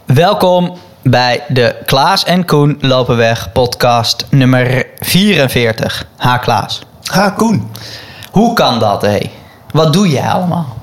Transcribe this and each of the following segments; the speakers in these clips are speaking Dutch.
Welkom bij de Klaas en Koen Lopen Weg podcast nummer 44. Ha Klaas. Ha Koen. Hoe kan dat, hé? Wat doe jij allemaal?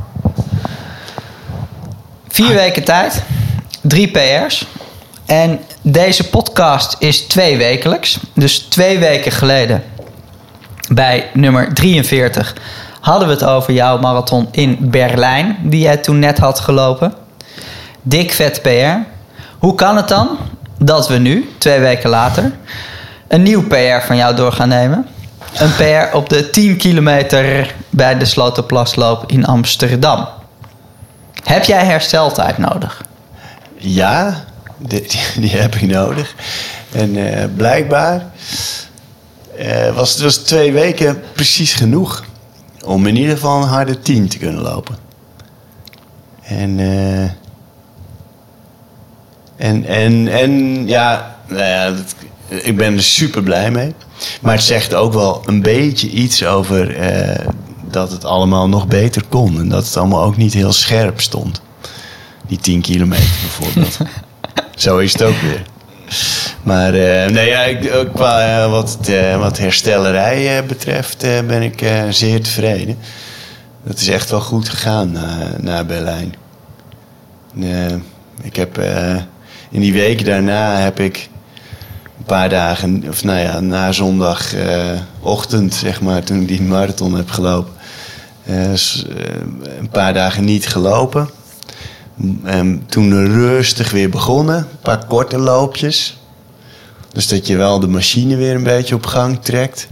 4 weken tijd, 3 PR's. En deze podcast is 2 wekelijks. Dus 2 weken geleden, bij nummer 43, hadden we het over jouw marathon in Berlijn, die jij toen net had gelopen. Dik vet PR. Hoe kan het dan dat we nu, 2 weken later, een nieuw PR van jou door gaan nemen? Een PR op de 10 kilometer bij de Sloterplasloop in Amsterdam. Heb jij hersteltijd nodig? Ja, die heb ik nodig. En blijkbaar was het 2 weken precies genoeg om in ieder geval een harde 10 te kunnen lopen. En ja, nou ja, ik ben er super blij mee. Maar het zegt ook wel een beetje iets over dat het allemaal nog beter kon. En dat het allemaal ook niet heel scherp stond. Die 10 kilometer bijvoorbeeld. Zo is het ook weer. Maar nee, ja, qua wat herstellerij betreft ben ik zeer tevreden. Dat is echt wel goed gegaan na Berlijn. Ik heb in die weken daarna heb ik een paar dagen, of nou ja, na zondagochtend, zeg maar, toen ik die marathon heb gelopen, een paar dagen niet gelopen. Toen rustig weer begonnen, een paar korte loopjes. Dus dat je wel de machine weer een beetje op gang trekt.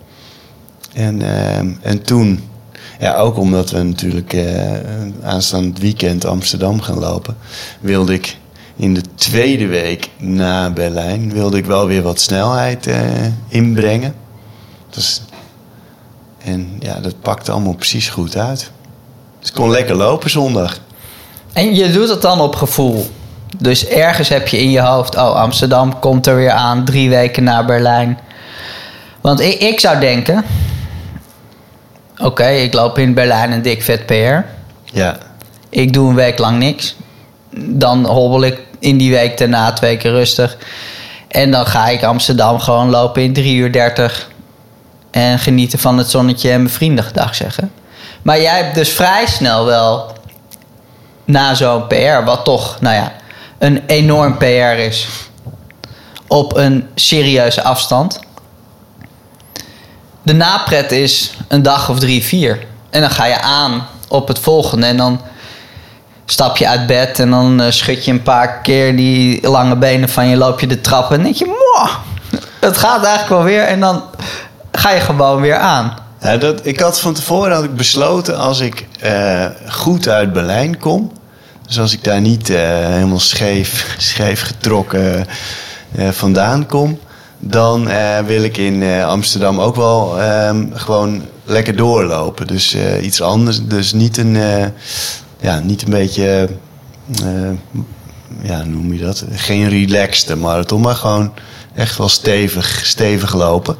En toen, ja, ook omdat we natuurlijk aanstaand weekend Amsterdam gaan lopen, wilde ik in de 2e week na Berlijn wel weer wat snelheid inbrengen. Dus, en ja, dat pakte allemaal precies goed uit. Dus ik kon lekker lopen zondag. En je doet het dan op gevoel. Dus ergens heb je in je hoofd, oh, Amsterdam komt er weer aan, 3 weken na Berlijn. Want ik zou denken, oké, ik loop in Berlijn een dik vet PR. Ja. Ik doe een week lang niks. Dan hobbel ik in die week daarna 2 keer rustig. En dan ga ik Amsterdam gewoon lopen in 3 uur 30. En genieten van het zonnetje en mijn vrienden gedag zeggen. Maar jij hebt dus vrij snel wel, na zo'n PR, wat toch, nou ja, een enorm PR is, op een serieuze afstand. De napret is een dag of 3, 4. En dan ga je aan op het volgende. En dan stap je uit bed en dan schud je een paar keer die lange benen van je, loop je de trap en denk je, moh, het gaat eigenlijk wel weer. En dan ga je gewoon weer aan. Ja, ik had van tevoren besloten, als ik goed uit Berlijn kom, dus als ik daar niet helemaal scheef getrokken vandaan kom, dan wil ik in Amsterdam ook wel gewoon lekker doorlopen. Dus iets anders. Dus niet een beetje, hoe noem je dat? Geen relaxed marathon, maar gewoon echt wel stevig lopen.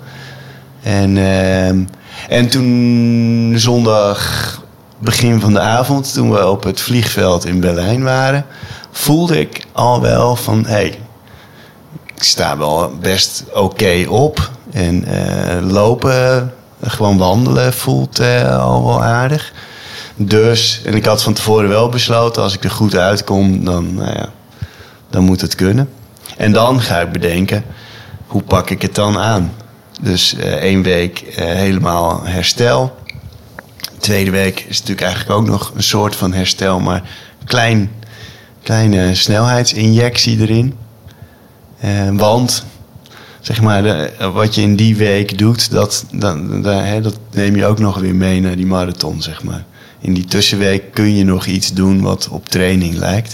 En toen zondag, begin van de avond, toen we op het vliegveld in Berlijn waren, voelde ik al wel van, hey, ik sta wel best oké op. En lopen, gewoon wandelen voelt al wel aardig. Dus, en ik had van tevoren wel besloten, als ik er goed uitkom, dan moet het kunnen. En dan ga ik bedenken, hoe pak ik het dan aan? Dus 1 week helemaal herstel. 2e week is natuurlijk eigenlijk ook nog een soort van herstel, maar kleine snelheidsinjectie erin. Want, zeg maar, wat je in die week doet, dat neem je ook nog weer mee naar die marathon, zeg maar. In die tussenweek kun je nog iets doen wat op training lijkt.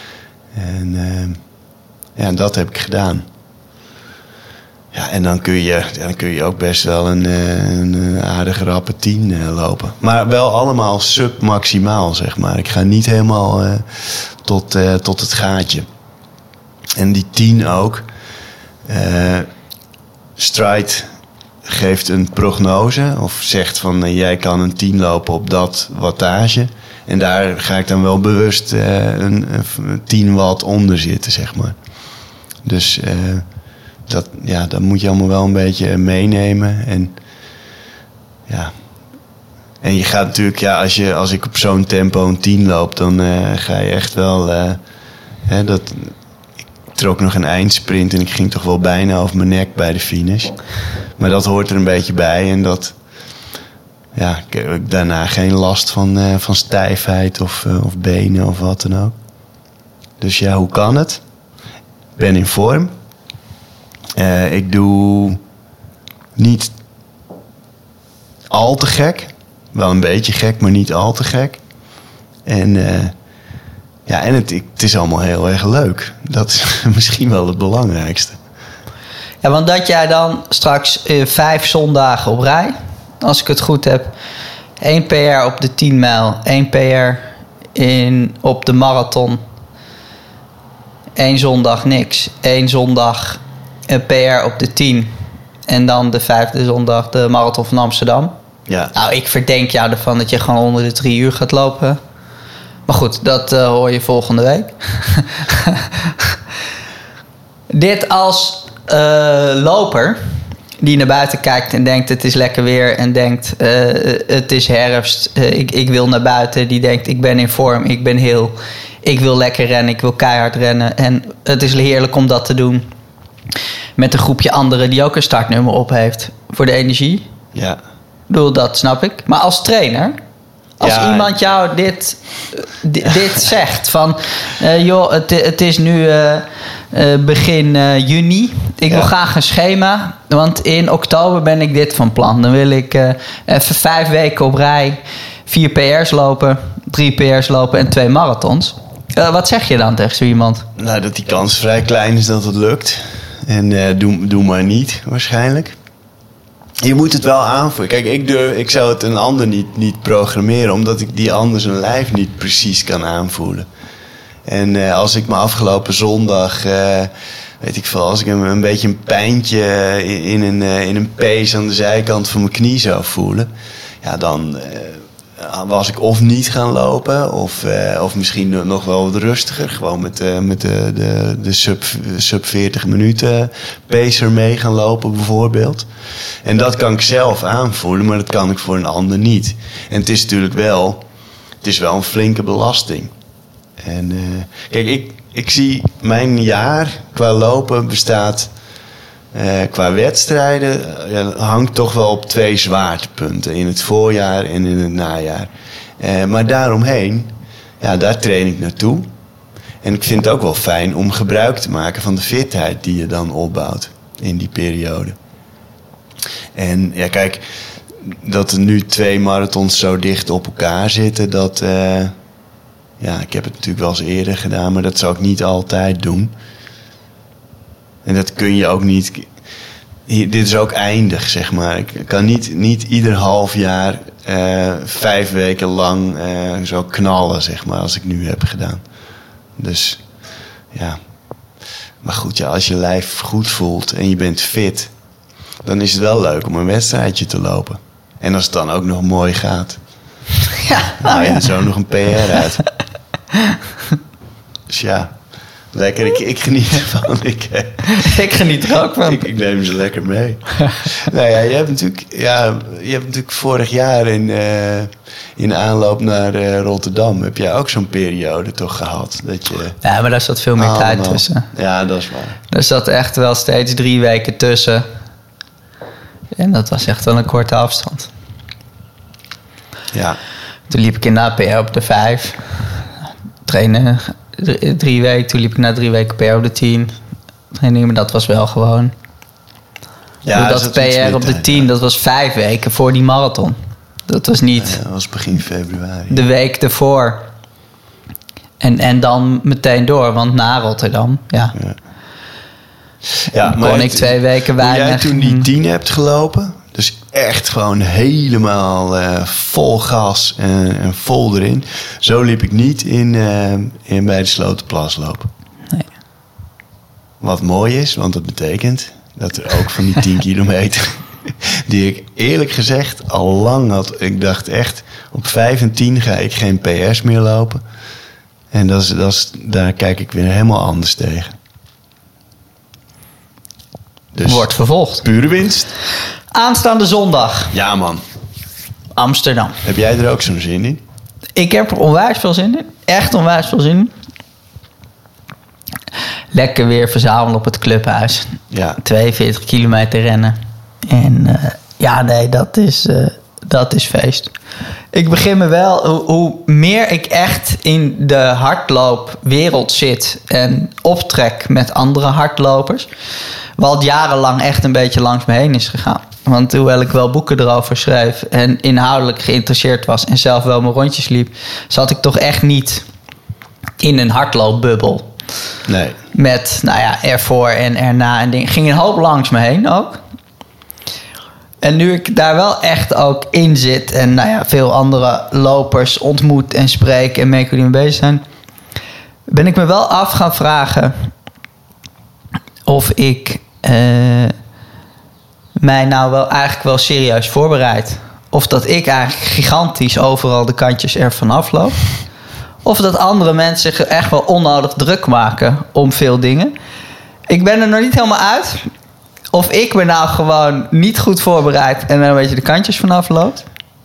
En dat heb ik gedaan. Ja, en dan kun je ook best wel een aardige rappe 10 lopen. Maar wel allemaal submaximaal, zeg maar. Ik ga niet helemaal tot het gaatje. En die 10 ook. Stride geeft een prognose. Of zegt van, jij kan een 10 lopen op dat wattage. En daar ga ik dan wel bewust een 10 watt onder zitten, zeg maar. Dus dat moet je allemaal wel een beetje meenemen. En je gaat natuurlijk, als ik op zo'n tempo een 10 loop, dan ga je echt wel... ik trok nog een eindsprint en ik ging toch wel bijna over mijn nek bij de finish. Maar dat hoort er een beetje bij. En ik heb daarna geen last van stijfheid of benen of wat dan ook. Dus ja, hoe kan het? Ik ben in vorm. Ik doe niet al te gek. Wel een beetje gek, maar niet al te gek. En het is allemaal heel erg leuk. Dat is misschien wel het belangrijkste. Ja, want dat jij dan straks 5 zondagen op rij, als ik het goed heb, 1 PR op de 10 mijl, 1 PR op de marathon, 1 zondag niks, 1 zondag een PR op de 10 en dan de 5e zondag de marathon van Amsterdam. Ja. Nou, ik verdenk jou ervan dat je gewoon onder de 3 uur gaat lopen. Maar goed, dat hoor je volgende week. Dit als loper die naar buiten kijkt en denkt het is lekker weer en denkt het is herfst, ik wil naar buiten. Die denkt ik ben in vorm, ik ben heel, ik wil lekker rennen, ik wil keihard rennen. En het is heerlijk om dat te doen met een groepje anderen die ook een startnummer op heeft voor de energie. Ja. Ik bedoel, dat snap ik. Maar als trainer, als iemand jou dit zegt van joh, het is nu begin juni. Ik wil graag een schema, want in oktober ben ik dit van plan. Dan wil ik even 5 weken op rij 4 PR's lopen, 3 PR's lopen en 2 marathons. Wat zeg je dan tegen zo iemand? Nou, dat die kans vrij klein is dat het lukt. En doe maar niet, waarschijnlijk. Je moet het wel aanvoelen. Kijk, ik zou het een ander niet programmeren, omdat ik die ander zijn lijf niet precies kan aanvoelen. En als ik me afgelopen zondag, weet ik veel, als ik een beetje een pijntje in een pees aan de zijkant van mijn knie zou voelen, ja, dan was ik of niet gaan lopen, of misschien nog wel wat rustiger, gewoon met de sub 40 minuten pacer mee gaan lopen bijvoorbeeld. En dat kan ik zelf aanvoelen, maar dat kan ik voor een ander niet. En het is natuurlijk wel een flinke belasting. En kijk, ik zie mijn jaar qua lopen bestaat qua wedstrijden hangt toch wel op 2 zwaartepunten. In het voorjaar en in het najaar. Maar daaromheen, daar train ik naartoe. En ik vind het ook wel fijn om gebruik te maken van de fitheid die je dan opbouwt in die periode. En ja, kijk, dat er nu 2 marathons zo dicht op elkaar zitten, ik heb het natuurlijk wel eens eerder gedaan, maar dat zou ik niet altijd doen. En dat kun je ook niet. Dit is ook eindig, zeg maar. Ik kan niet ieder half jaar 5 weken lang zo knallen, zeg maar, als ik nu heb gedaan. Dus ja. Maar goed, als je lijf goed voelt en je bent fit, dan is het wel leuk om een wedstrijdje te lopen. En als het dan ook nog mooi gaat. Ja, en zo nog een PR uit. Dus ja. Lekker, ik geniet ervan. Ik geniet er ook van. Ik neem ze lekker mee. Nou ja, je hebt natuurlijk vorig jaar in aanloop naar Rotterdam heb jij ook zo'n periode toch gehad? Ja, maar daar zat veel meer tijd tussen. Ja, dat is waar. Er zat echt wel steeds 3 weken tussen. En dat was echt wel een korte afstand. Ja. Toen liep ik in de APR op de 5. Trainen 3 weken. Toen liep ik na 3 weken PR op de 10. Training, maar dat was wel gewoon. Ja, dat PR op de 10, dat was 5 weken voor die marathon. Dat was niet. Dat was begin februari. De week ervoor. En dan meteen door, want na Rotterdam, Ja, maar kon ik 2 weken weinig. Jij toen die 10 hebt gelopen, dus echt gewoon helemaal vol gas en vol erin. Zo liep ik niet in bij de Slotenplasloop. Nee. Wat mooi is, want dat betekent dat er ook van die 10 kilometer die ik eerlijk gezegd al lang had. Ik dacht echt, op 5 en 10 ga ik geen PR's meer lopen. En daar kijk ik weer helemaal anders tegen. Dus Wordt vervolgd. pure winst. Aanstaande zondag, Ja, man. Amsterdam. Heb jij er ook zo'n zin in? Ik heb er onwijs veel zin in. Echt onwijs veel zin in. Lekker weer verzamelen op het clubhuis. Ja. 42 kilometer rennen. En dat is feest. Ik begin me wel, hoe meer ik echt in de hardloopwereld zit en optrek met andere hardlopers, wat jarenlang echt een beetje langs me heen is gegaan. Want hoewel ik wel boeken erover schreef en inhoudelijk geïnteresseerd was en zelf wel mijn rondjes liep, zat ik toch echt niet in een hardloopbubbel. Nee. Met, ervoor en erna en dingen. Ging een hoop langs me heen ook. En nu ik daar wel echt ook in zit en veel andere lopers ontmoet en spreek en mee die mee bezig zijn, ben ik me wel af gaan vragen of ik mij nou wel eigenlijk wel serieus voorbereid. Of dat ik eigenlijk gigantisch overal de kantjes ervan afloop. Of dat andere mensen zich echt wel onnodig druk maken om veel dingen. Ik ben er nog niet helemaal uit. Of ik me nou gewoon niet goed voorbereid en er een beetje de kantjes vanaf loopt.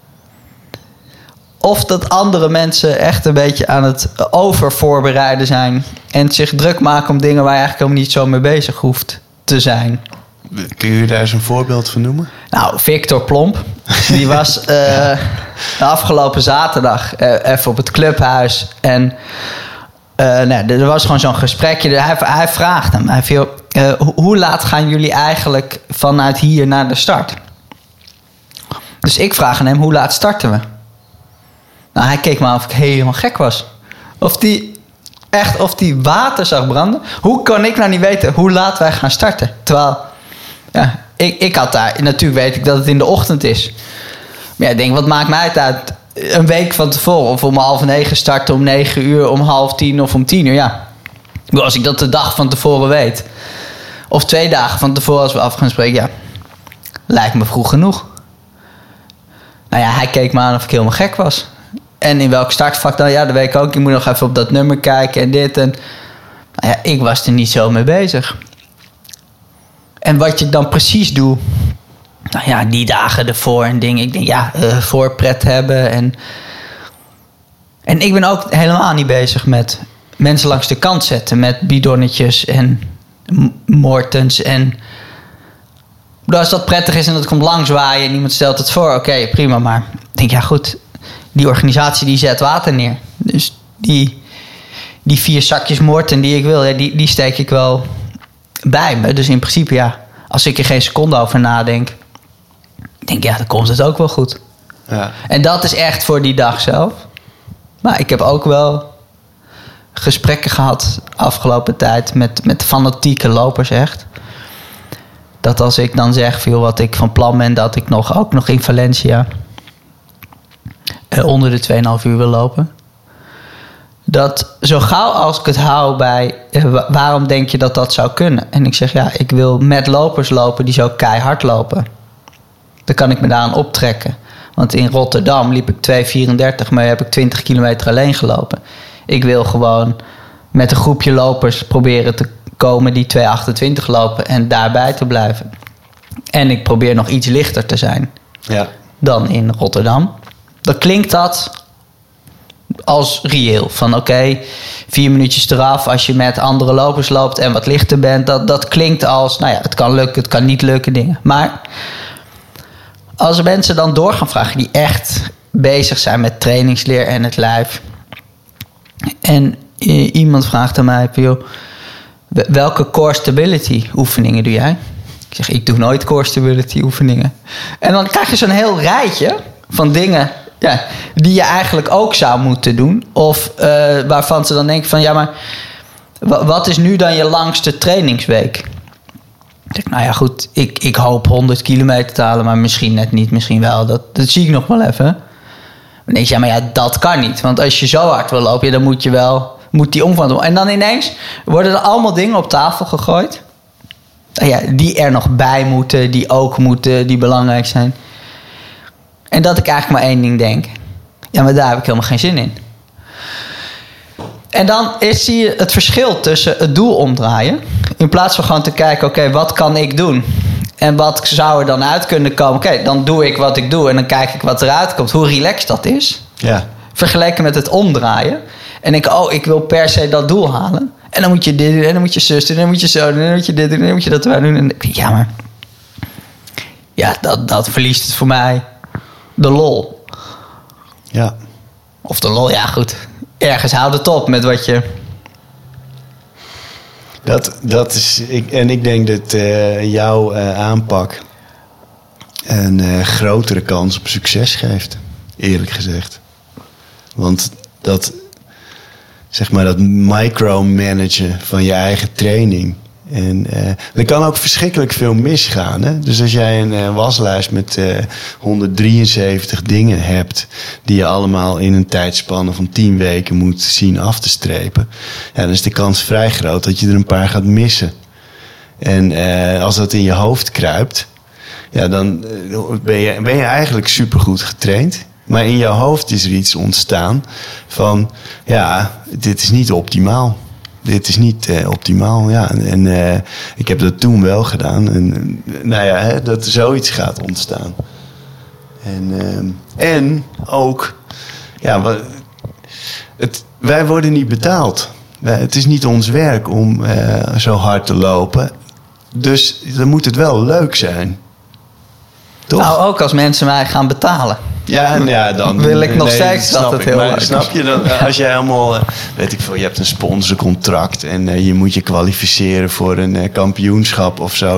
Of dat andere mensen echt een beetje aan het overvoorbereiden zijn. En zich druk maken om dingen waar je eigenlijk helemaal niet zo mee bezig hoeft te zijn. Kun je daar eens een voorbeeld van noemen? Nou, Victor Plomp. Die was de afgelopen zaterdag even op het clubhuis. En er was gewoon zo'n gesprekje. Hij vraagt hem. Hij viel, hoe laat gaan jullie eigenlijk vanuit hier naar de start? Dus ik vraag aan hem, hoe laat starten we? Nou, hij keek me aan of ik helemaal gek was. Of die water zag branden. Hoe kan ik nou niet weten hoe laat wij gaan starten? Terwijl, ik had daar... Natuurlijk weet ik dat het in de ochtend is. Maar ik denk, wat maakt mij het uit? Een week van tevoren. Of om 8:30 starten, om 9:00, om 9:30 of om 10:00. Ja. Als ik dat de dag van tevoren weet. Of 2 dagen van tevoren als we af gaan spreken. Ja, lijkt me vroeg genoeg. Hij keek me aan of ik helemaal gek was. En in welk startvak dan? Ja, dat weet ik ook. Je moet nog even op dat nummer kijken en dit. En ik was er niet zo mee bezig. En wat je dan precies doet, die dagen ervoor en dingen. Ik denk, voorpret hebben. En ik ben ook helemaal niet bezig met mensen langs de kant zetten. Met bidonnetjes en Mortens. En als dat prettig is en dat komt langs waaien en iemand stelt het voor. Oké, prima. Maar ik denk, goed, die organisatie die zet water neer. Dus die 4 zakjes Morten die ik wil, die steek ik wel bij me. Dus in principe, als ik er geen seconde over nadenk, denk dan komt het ook wel goed. Ja. En dat is echt voor die dag zelf. Maar ik heb ook wel gesprekken gehad afgelopen tijd met fanatieke lopers echt. Dat als ik dan zeg wat ik van plan ben, dat ik ook nog in Valencia onder de 2,5 uur wil lopen. Dat zo gauw als ik het hou bij waarom denk je dat zou kunnen? En ik zeg ik wil met lopers lopen die zo keihard lopen. Dan kan ik me daaraan optrekken. Want in Rotterdam liep ik 2:34, maar heb ik 20 kilometer alleen gelopen. Ik wil gewoon met een groepje lopers proberen te komen die 2:28 lopen en daarbij te blijven. En ik probeer nog iets lichter te zijn dan in Rotterdam. Dan klinkt dat als reëel. Van 4 minuutjes eraf als je met andere lopers loopt en wat lichter bent. Dat klinkt als, het kan lukken, het kan niet lukken dingen. Maar als mensen dan door gaan vragen die echt bezig zijn met trainingsleer en het lijf. En iemand vraagt aan mij, welke core stability oefeningen doe jij? Ik zeg, ik doe nooit core stability oefeningen. En dan krijg je zo'n heel rijtje van dingen die je eigenlijk ook zou moeten doen. Of waarvan ze dan denken van, maar wat is nu dan je langste trainingsweek? Ik denk, goed, ik hoop 100 kilometer te halen, maar misschien net niet, misschien wel. Dat zie ik nog wel even. Dan denk je, dat kan niet. Want als je zo hard wil lopen, dan moet die omvang doen. En dan ineens worden er allemaal dingen op tafel gegooid. die er nog bij moeten, die ook moeten, die belangrijk zijn. En dat ik eigenlijk maar één ding denk. Ja, maar daar heb ik helemaal geen zin in. En dan zie je het verschil tussen het doel omdraaien. In plaats van gewoon te kijken, oké, wat kan ik doen? En wat zou er dan uit kunnen komen? Oké, dan doe ik wat ik doe en dan kijk ik wat eruit komt. Hoe relaxed dat is. Ja. Vergeleken met het omdraaien. En denken, ik wil per se dat doel halen. En dan moet je dit doen, en dan moet je zus doen, en dan moet je zo doen, en dan moet je dit doen, en dan moet je dat doen. En dan denk ik, ja, maar... Ja, dat verliest het voor mij de lol. Ja. Of de lol, ja goed. Ergens houdt het op met wat je... Dat is... Ik denk dat jouw aanpak een grotere kans op succes geeft. Eerlijk gezegd. Want dat... Zeg maar dat micromanagen van je eigen training. En er kan ook verschrikkelijk veel misgaan. Hè? Dus als jij een waslijst met 173 dingen hebt... die je allemaal in een tijdspanne van 10 weken moet zien af te strepen... Ja, dan is de kans vrij groot dat je er een paar gaat missen. En als dat in je hoofd kruipt... Ja, dan ben je eigenlijk supergoed getraind... Maar in jouw hoofd is er iets ontstaan van... ja, dit is niet optimaal. Dit is niet optimaal, ja. En ik heb dat toen wel gedaan. En dat er zoiets gaat ontstaan. En ook... Ja, wij worden niet betaald. Het is niet ons werk om zo hard te lopen. Dus dan moet het wel leuk zijn. Toch? Nou, ook als mensen mij gaan betalen. Ja, dan wil ik nog steeds dat het heel leuk is. Snap je dan? Als jij helemaal, weet ik veel, je hebt een sponsorcontract en je moet je kwalificeren voor een kampioenschap of zo,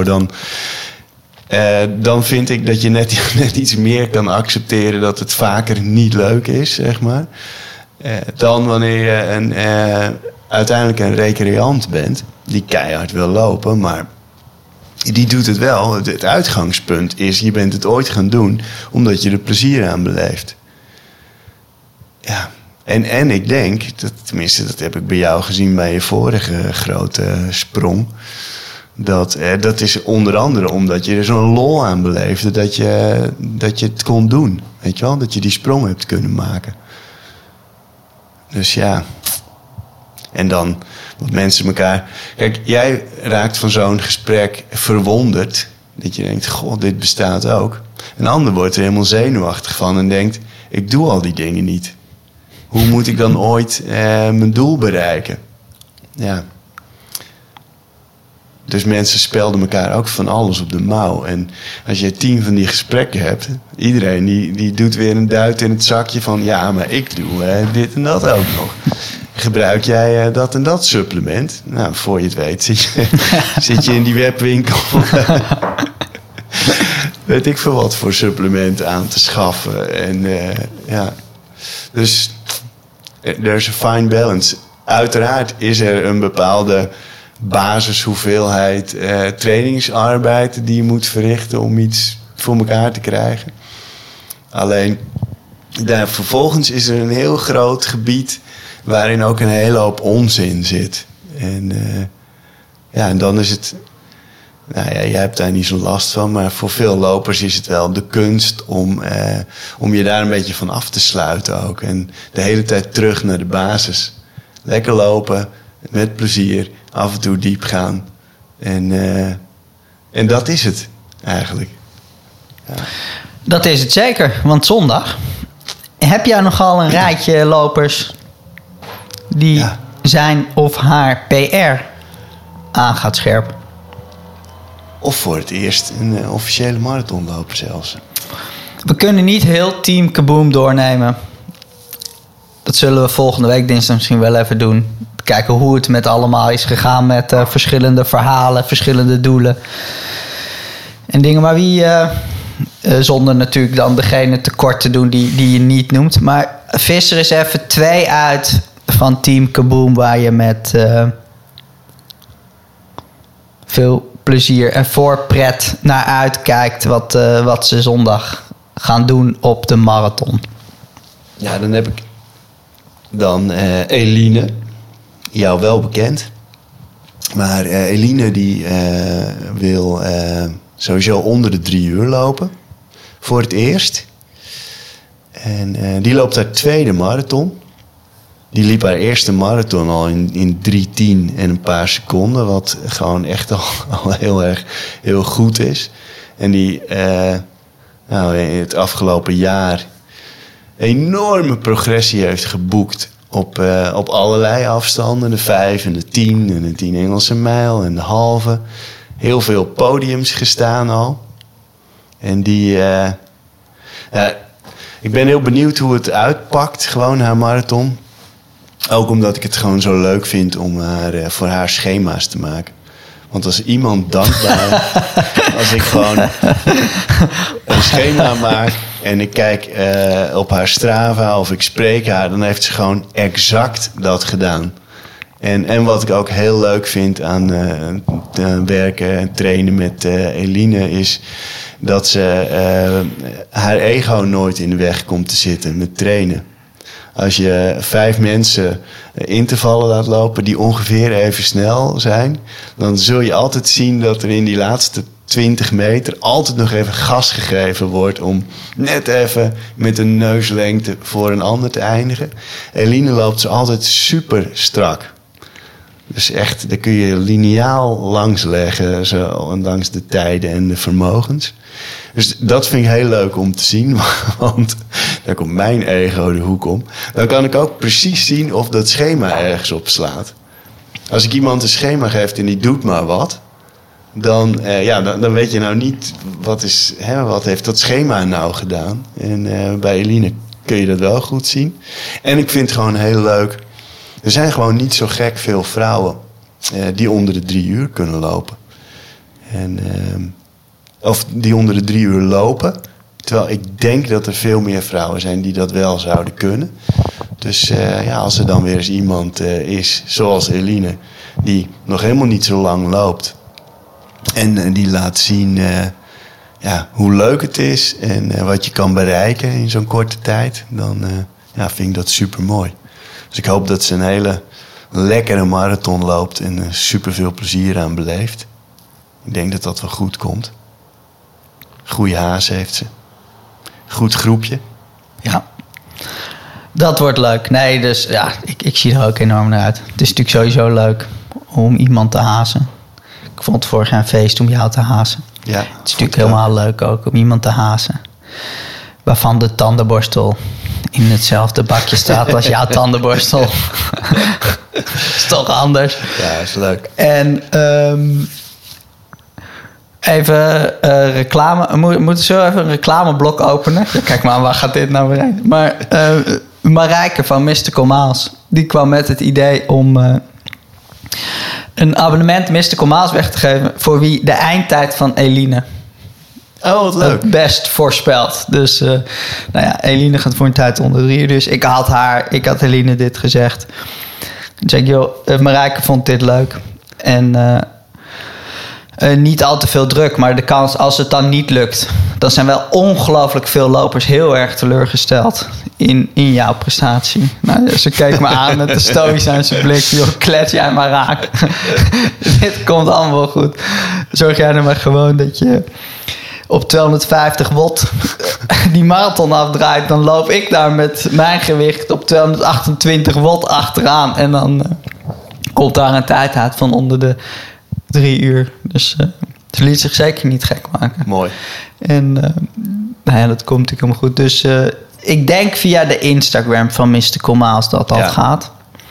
dan vind ik dat je net iets meer kan accepteren dat het vaker niet leuk is, zeg maar. Dan wanneer je uiteindelijk een recreant bent die keihard wil lopen, maar die doet het wel. Het uitgangspunt is, je bent het ooit gaan doen omdat je er plezier aan beleeft. Ja. En ik denk, tenminste dat heb ik bij jou gezien bij je vorige grote sprong. Dat is onder andere omdat je er zo'n lol aan beleefde dat je het kon doen. Weet je wel? Dat je die sprong hebt kunnen maken. Dus ja. En dan wat mensen elkaar... Kijk, jij raakt van zo'n gesprek verwonderd. Dat je denkt, god, dit bestaat ook. Een ander wordt er helemaal zenuwachtig van en denkt... ik doe al die dingen niet. Hoe moet ik dan ooit mijn doel bereiken? Ja. Dus mensen spelden elkaar ook van alles op de mouw. En als je 10 van die gesprekken hebt... iedereen die doet weer een duit in het zakje van... ja, maar ik doe dit en dat ook nog. Gebruik jij dat en dat supplement? Nou, voor je het weet zit je in die webwinkel... weet ik veel wat voor supplementen aan te schaffen. En ja... Dus there's a fine balance. Uiteraard is er een bepaalde basishoeveelheid trainingsarbeid die je moet verrichten om iets voor elkaar te krijgen. Alleen vervolgens is er een heel groot gebied waarin ook een hele hoop onzin zit. En dan is het... Nou ja, jij hebt daar niet zo last van, maar voor veel lopers is het wel de kunst om je daar een beetje van af te sluiten ook. En de hele tijd terug naar de basis. Lekker lopen, met plezier, af en toe diep gaan. En dat is het eigenlijk. Ja. Dat is het zeker, want zondag heb jij nogal een rijtje lopers die zijn of haar PR aan gaat scherpen. Of voor het eerst een officiële marathon lopen zelfs. We kunnen niet heel Team Kaboom doornemen. Dat zullen we volgende week dinsdag misschien wel even doen. Kijken hoe het met allemaal is gegaan met verschillende verhalen, verschillende doelen. En dingen, maar wie... zonder natuurlijk dan degene tekort te doen die je niet noemt. Maar vis er eens even 2 uit van Team Kaboom waar je met veel plezier en voorpret naar uitkijkt wat ze zondag gaan doen op de marathon. Ja, dan heb ik Eline, jou wel bekend. Maar Eline die wil sowieso onder de 3 uur lopen. Voor het eerst. En die loopt haar tweede marathon. Die liep haar eerste marathon al in 3:10 en een paar seconden. Wat gewoon echt al heel goed is. En die in het afgelopen jaar enorme progressie heeft geboekt op allerlei afstanden. De 5 en de 10 en de 10 Engelse mijl en de halve. Heel veel podiums gestaan al. En ik ben heel benieuwd hoe het uitpakt, gewoon haar marathon. Ook omdat ik het gewoon zo leuk vind om voor haar schema's te maken. Want als iemand dankbaar als ik gewoon een schema maak en ik kijk op haar Strava of ik spreek haar, dan heeft ze gewoon exact dat gedaan. En wat ik ook heel leuk vind aan werken en trainen met Eline is dat ze haar ego nooit in de weg komt te zitten met trainen. Als je 5 mensen intervallen laat lopen die ongeveer even snel zijn, dan zul je altijd zien dat er in die laatste 20 meter altijd nog even gas gegeven wordt om net even met een neuslengte voor een ander te eindigen. Eline loopt ze altijd super strak. Dus echt, daar kun je lineaal langs leggen, zo, langs de tijden en de vermogens. Dus dat vind ik heel leuk om te zien, want daar komt mijn ego de hoek om. Dan kan ik ook precies zien of dat schema ergens op slaat. Als ik iemand een schema geef en die doet maar wat, dan weet je nou niet wat heeft dat schema nou gedaan. En bij Eline kun je dat wel goed zien. En ik vind het gewoon heel leuk. Er zijn gewoon niet zo gek veel vrouwen die onder de 3 uur kunnen lopen. Of die onder de 3 uur lopen. Terwijl ik denk dat er veel meer vrouwen zijn die dat wel zouden kunnen. Dus als er dan weer eens iemand is, zoals Eline, die nog helemaal niet zo lang loopt. En die laat zien hoe leuk het is en wat je kan bereiken in zo'n korte tijd. Dan vind ik dat super mooi. Dus ik hoop dat ze een hele lekkere marathon loopt en super veel plezier aan beleeft. Ik denk dat dat wel goed komt. Goeie haas heeft ze. Goed groepje. Ja, dat wordt leuk. Nee, dus ja, ik zie er ook enorm naar uit. Het is natuurlijk sowieso leuk om iemand te hazen. Ik vond het vorig jaar een feest om jou te hazen. Ja, het is natuurlijk helemaal leuk ook om iemand te hazen. Waarvan de tandenborstel in hetzelfde bakje staat als jouw tandenborstel. Is toch anders. Ja, is leuk. En even reclame. We moeten zo even een reclameblok openen. Kijk maar, waar gaat dit nou weer heen? Maar Marijke van Mystical Miles, die kwam met het idee om een abonnement Mystical Miles weg te geven voor wie de eindtijd van Eline wat leuk. het best voorspelt. Dus Eline gaat voor een tijd onder 3 uur. Dus ik had Eline dit gezegd. Toen zei ik, joh, Marijke vond dit leuk. En niet al te veel druk, maar de kans als het dan niet lukt, dan zijn wel ongelooflijk veel lopers heel erg teleurgesteld in jouw prestatie. Nou, ze keek me aan met de stoïcijnse blik. Joh, klets jij maar raak. Dit komt allemaal goed. Zorg jij er maar gewoon dat je op 250 watt die marathon afdraait. Dan loop ik daar met mijn gewicht op 228 watt achteraan. En dan komt daar een tijd uit van onder de 3 uur. Dus ze liet zich zeker niet gek maken. Mooi. En dat komt natuurlijk helemaal goed. Dus ik denk via de Instagram van Mystical Miles dat gaat.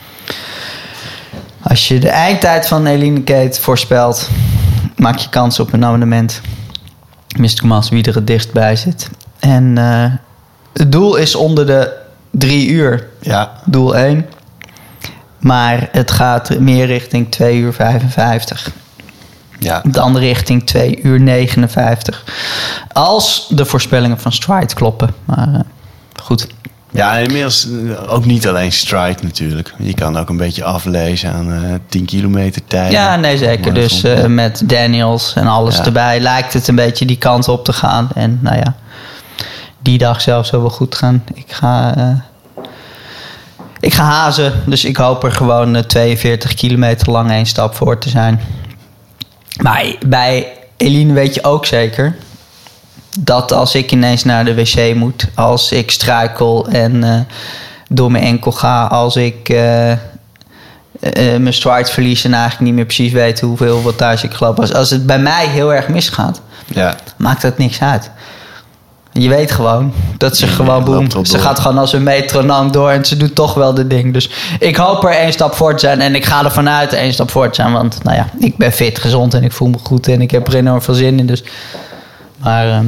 Als je de eindtijd van Eline Kate voorspelt, maak je kans op een abonnement. Mystical Miles, wie er het dichtst bij zit. En het doel is onder de 3 uur. Ja. Doel 1. Maar het gaat meer richting 2 uur 55. Ja. Dan richting 2 uur 59. Als de voorspellingen van Stride kloppen. Maar goed. Ja, inmiddels ook niet alleen Stride natuurlijk. Je kan ook een beetje aflezen aan 10 kilometer tijd. Ja, nee, zeker. Dus met Daniels en alles erbij lijkt het een beetje die kant op te gaan. En nou ja, die dag zelf zou wel goed gaan. Ik ga hazen, dus ik hoop er gewoon 42 kilometer lang 1 stap voor te zijn. Maar bij Eline weet je ook zeker dat als ik ineens naar de wc moet, als ik struikel en door mijn enkel ga, als ik mijn stride verlies en eigenlijk niet meer precies weet hoeveel wattage ik gelopen. Als het bij mij heel erg misgaat, maakt dat niks uit. Je weet gewoon dat ze gewoon boem. Ze gaat gewoon als een metronoom door en ze doet toch wel de ding. Dus ik hoop er 1 stap voor te zijn. En ik ga ervan uit 1 stap voor te zijn. Want nou ja, ik ben fit, gezond en ik voel me goed. En ik heb er enorm veel zin in. Dus. Maar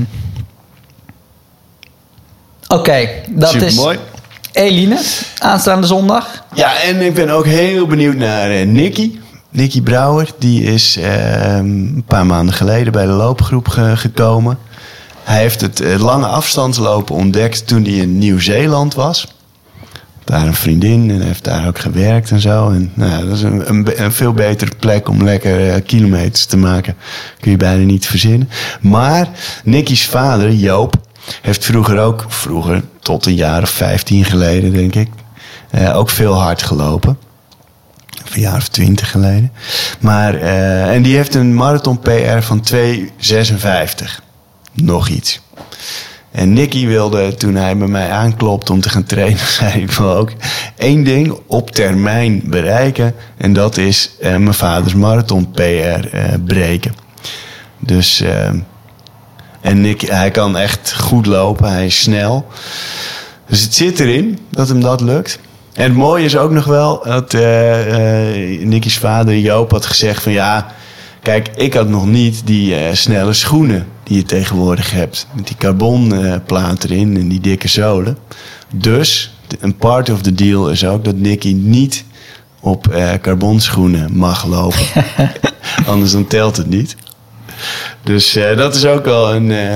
oké, dat supermooi. Is Eline, aanstaande zondag. Ja, en ik ben ook heel benieuwd naar Nicky. Nicky Brouwer, die is een paar maanden geleden bij de loopgroep gekomen. Hij heeft het lange afstandslopen ontdekt toen hij in Nieuw-Zeeland was. Daar een vriendin en heeft daar ook gewerkt en zo. En nou, dat is een veel betere plek om lekker kilometers te maken. Kun je bijna niet verzinnen. Maar Nicky's vader, Joop, heeft vroeger, tot een jaar of 15 geleden denk ik, ook veel hard gelopen. Of een jaar of 20 geleden. Maar, en die heeft een marathon PR van 2:56. Nog iets. En Nicky wilde, toen hij bij mij aanklopte om te gaan trainen, zei ik wil ook 1 ding op termijn bereiken. En dat is mijn vaders marathon PR breken. Dus, en Nicky, hij kan echt goed lopen, hij is snel. Dus het zit erin dat hem dat lukt. En het mooie is ook nog wel dat Nicky's vader Joop had gezegd van ja, kijk, ik had nog niet die snelle schoenen die je tegenwoordig hebt. Met die carbonplaat erin en die dikke zolen. Dus een part of the deal is ook dat Nicky niet op carbonschoenen mag lopen. Anders dan telt het niet. Dus dat is ook wel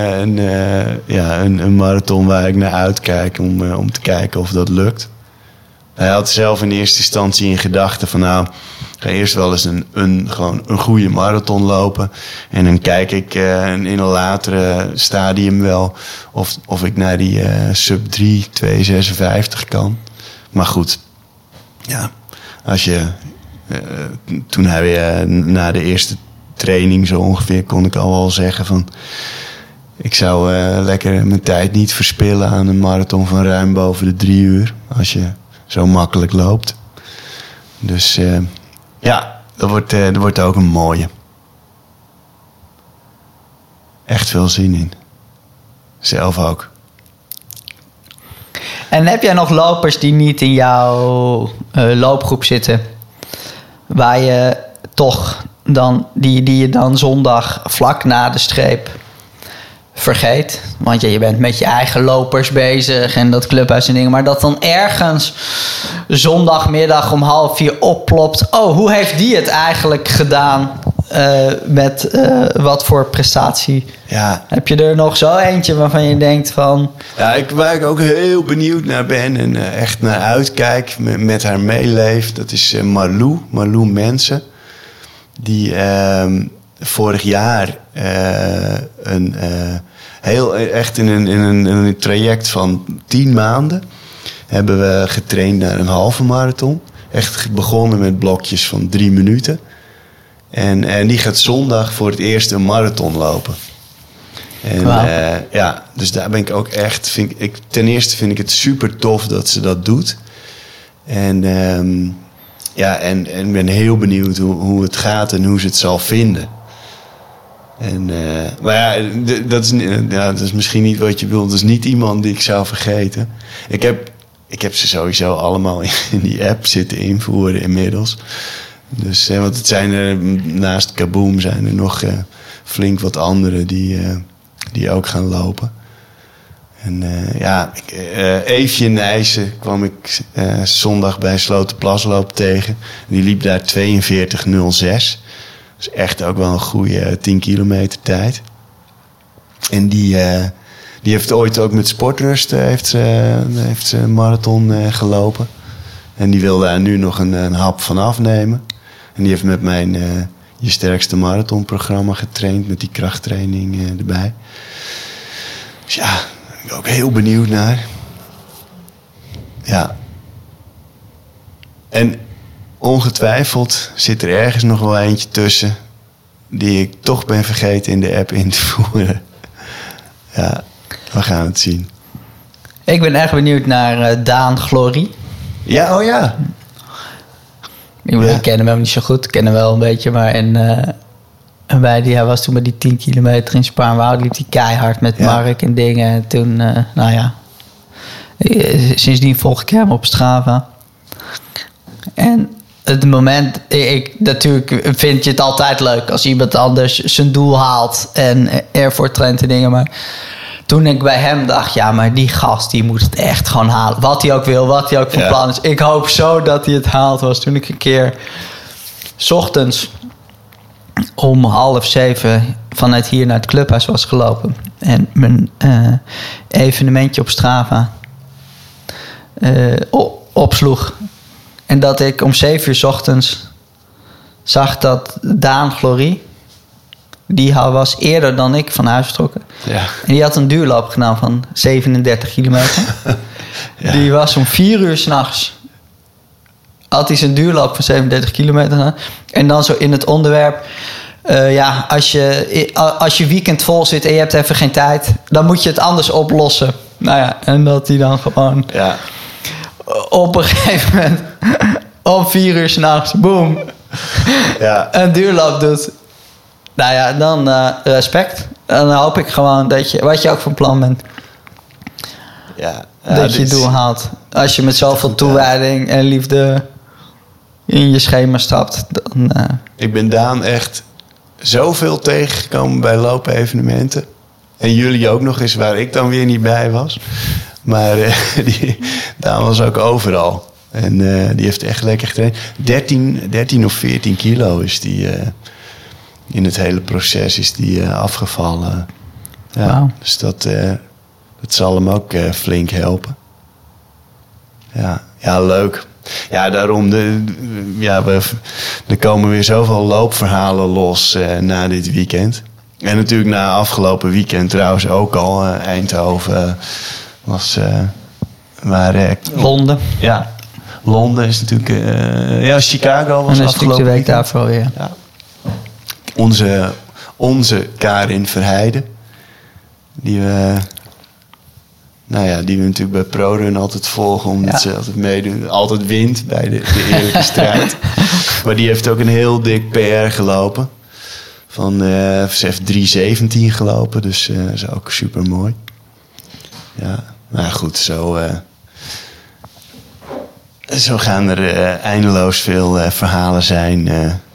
een marathon waar ik naar uitkijk om te kijken of dat lukt. Hij had zelf in eerste instantie in gedachten van nou, ik ga eerst wel eens gewoon een goede marathon lopen. En dan kijk ik in een latere stadium wel of ik naar die sub 3, 2:56 kan. Maar goed, ja, als je toen hij weer na de eerste training zo ongeveer kon ik al wel zeggen van ik zou lekker mijn tijd niet verspillen aan een marathon van ruim boven de 3 uur. Als je zo makkelijk loopt. Dus ja, dat wordt ook een mooie. Echt veel zin in. Zelf ook. En heb jij nog lopers die niet in jouw loopgroep zitten? Waar je toch dan, die je dan zondag vlak na de streep vergeet? Want ja, je bent met je eigen lopers bezig en dat clubhuis en dingen. Maar dat dan ergens zondagmiddag om 3:30 opplopt. Oh, hoe heeft die het eigenlijk gedaan? Met wat voor prestatie? Ja. Heb je er nog zo eentje waarvan je denkt van... Ja, waar ik ook heel benieuwd naar ben en echt naar uitkijk, met haar meeleef, dat is Marlou Mensen. Die vorig jaar echt in een traject van 10 maanden hebben we getraind naar een halve marathon. Echt begonnen met blokjes van 3 minuten. En die gaat zondag voor het eerst een marathon lopen. En wow. Ja, dus daar ben ik ook echt... ten eerste vind ik het super tof dat ze dat doet. En ik ben heel benieuwd hoe het gaat en hoe ze het zal vinden. Maar ja, dat is misschien niet wat je wilt. Dat is niet iemand die ik zou vergeten. Ik heb ze sowieso allemaal in die app zitten invoeren inmiddels. Dus, want het zijn er, naast Kaboom zijn er nog flink wat anderen die ook gaan lopen. En Eefje Nijssen kwam ik zondag bij Slotenplasloop tegen. Die liep daar 42:06. Dat is echt ook wel een goede 10 kilometer tijd. En die heeft ooit ook met Sportrust heeft ze een marathon gelopen. En die wil daar nu nog een hap van afnemen. En die heeft met mijn Je Sterkste Marathon programma getraind. Met die krachttraining erbij. Dus ja, daar ben ik ook heel benieuwd naar. Ja. En ongetwijfeld zit er ergens nog wel eentje tussen die ik toch ben vergeten in de app in te voeren. Ja, we gaan het zien. Ik ben erg benieuwd naar Daan Glory. Ja, oh ja. Ik ken hem wel niet zo goed. Ik ken hem wel een beetje, maar... hij was toen bij die 10 kilometer in Spaarnwoude. Liep hij keihard met Mark en dingen. En toen, sindsdien volg ik hem op Strava. En het moment... natuurlijk vind je het altijd leuk als iemand anders zijn doel haalt. En ervoor traint en dingen. Maar toen ik bij hem dacht... ja, maar die gast die moet het echt gewoon halen. Wat hij ook wil, wat hij ook van plan is. Ik hoop zo dat hij het haalt. Was toen ik een keer... 's ochtends... om 6:30 vanuit hier naar het clubhuis was gelopen. En mijn evenementje op Strava opsloeg. En dat ik om 7:00 's ochtends zag dat Daan Glory... die was eerder dan ik van huis vertrokken. Ja. En die had een duurloop gedaan van 37 kilometer. Ja. Die was om 4:00 's nachts... had hij zijn duurloop van 37 kilometer gedaan. En dan zo in het onderwerp... als je weekend vol zit en je hebt even geen tijd... dan moet je het anders oplossen. Nou ja, en dat hij dan gewoon... Ja. Op een gegeven moment... om 4:00 's nachts, boom... Ja. een duurloop doet. Nou ja, dan respect. Dan hoop ik gewoon dat je... wat je ook van plan bent... Ja, dat je het doel haalt. Als je met zoveel toewijding en liefde... in je schema stapt, dan... Ik ben Daan echt zoveel tegengekomen bij lopen-evenementen. En jullie ook nog eens, waar ik dan weer niet bij was. Maar Daan was ook overal. En die heeft echt lekker getraind. 13 of 14 kilo is die... in het hele proces is die afgevallen. Ja, wow. Dus dat zal hem ook flink helpen. Ja, leuk. Ja, daarom. Er komen weer zoveel loopverhalen los na dit weekend. En natuurlijk na afgelopen weekend trouwens ook al. Eindhoven was... Londen. Ja, Londen is natuurlijk... Chicago was en afgelopen de week daarvoor weer. Ja. Onze Karin Verheijden. Die we natuurlijk bij ProRun altijd volgen. Omdat ze altijd meedoen. Altijd wint bij de eerlijke strijd. Maar die heeft ook een heel dik PR gelopen. Ze heeft 3:17 gelopen. Dus dat is ook super mooi. Ja, maar goed. Zo gaan er eindeloos veel verhalen zijn.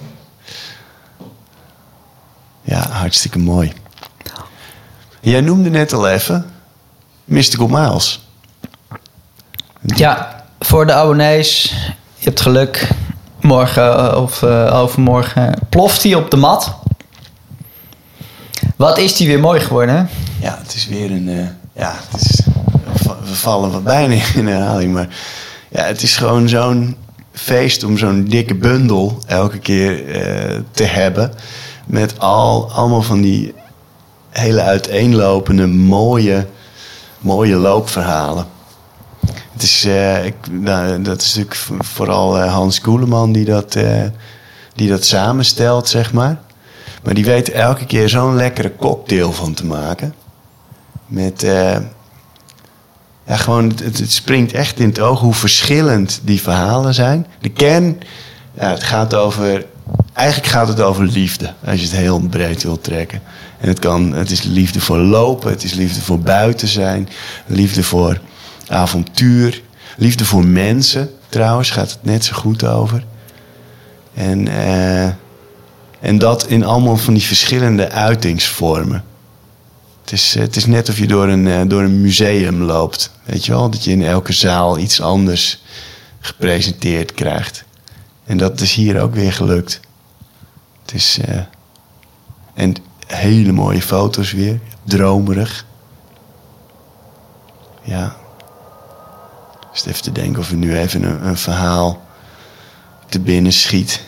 Ja, hartstikke mooi. Jij noemde net al even Mystical Miles. Ja, voor de abonnees, je hebt geluk. Morgen of overmorgen ploft hij op de mat. Wat is die weer mooi geworden, hè? Ja, het is weer we vallen wat bijna in herhaling, maar ja, het is gewoon zo'n feest om zo'n dikke bundel elke keer te hebben. Met allemaal van die hele uiteenlopende, mooie loopverhalen. Het is, dat is natuurlijk vooral Hans Koeleman die dat samenstelt, zeg maar. Maar die weet elke keer zo'n lekkere cocktail van te maken. Met... gewoon, het springt echt in het oog hoe verschillend die verhalen zijn. De kern, eigenlijk gaat het over liefde. Als je het heel breed wilt trekken. En het is liefde voor lopen. Het is liefde voor buiten zijn. Liefde voor avontuur. Liefde voor mensen. Trouwens gaat het net zo goed over. En dat in allemaal van die verschillende uitingsvormen. Het is net of je door een museum loopt. Weet je wel? Dat je in elke zaal iets anders gepresenteerd krijgt. En dat is hier ook weer gelukt. Het is... en hele mooie foto's weer. Dromerig. Ja. Dus even te denken of we nu even een verhaal te binnen schiet.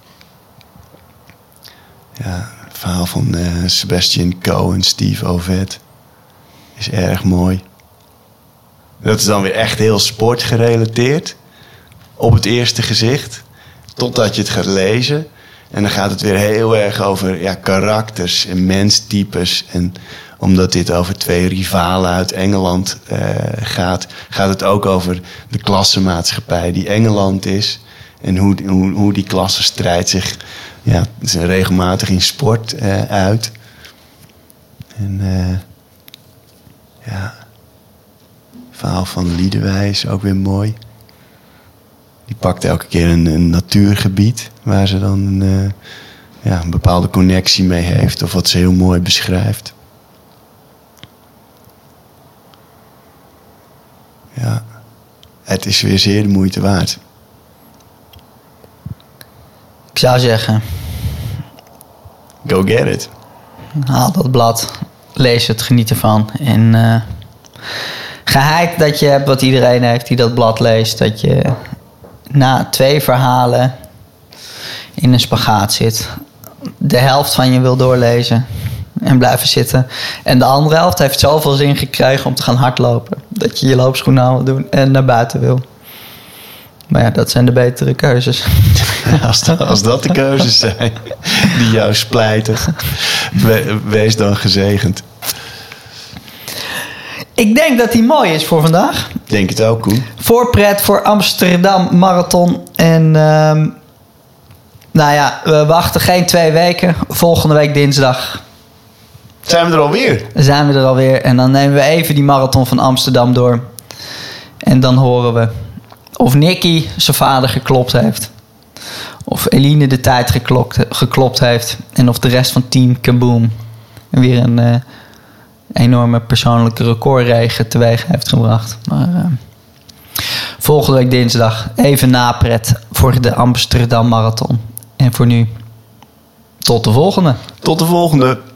Ja, het verhaal van Sebastian Coe en Steve Ovett is erg mooi. Dat is dan weer echt heel sportgerelateerd. op het eerste gezicht. Totdat je het gaat lezen. En dan gaat het weer heel erg over karakters en menstypes. En omdat dit over 2 rivalen uit Engeland gaat het ook over de klassenmaatschappij die Engeland is. En hoe die klassenstrijd zich regelmatig in sport uit. En het verhaal van Liedewij is ook weer mooi. Die pakt elke keer een natuurgebied waar ze dan een bepaalde connectie mee heeft. Of wat ze heel mooi beschrijft. Ja, het is weer zeer de moeite waard. Ik zou zeggen, go get it. Haal dat blad, lees het, geniet ervan. En geheid dat je hebt wat iedereen heeft die dat blad leest. Dat je na 2 verhalen in een spagaat zit. De helft van je wil doorlezen en blijven zitten. En de andere helft heeft zoveel zin gekregen om te gaan hardlopen. Dat je je loopschoenen aan wil doen en naar buiten wil. Maar ja, dat zijn de betere keuzes. Als dat de keuzes zijn die jou splijten, wees dan gezegend. Ik denk dat die mooi is voor vandaag. Denk het ook, Koen. Voorpret voor Amsterdam Marathon. En we wachten geen 2 weken. Volgende week dinsdag zijn we er alweer. En dan nemen we even die marathon van Amsterdam door. En dan horen we of Nicky zijn vader geklopt heeft. Of Eline de tijd geklopt heeft. En of de rest van Team Kaboom weer een enorme persoonlijke recordregen teweeg heeft gebracht. Maar volgende week dinsdag even napret voor de Amsterdam Marathon. En voor nu, tot de volgende. Tot de volgende.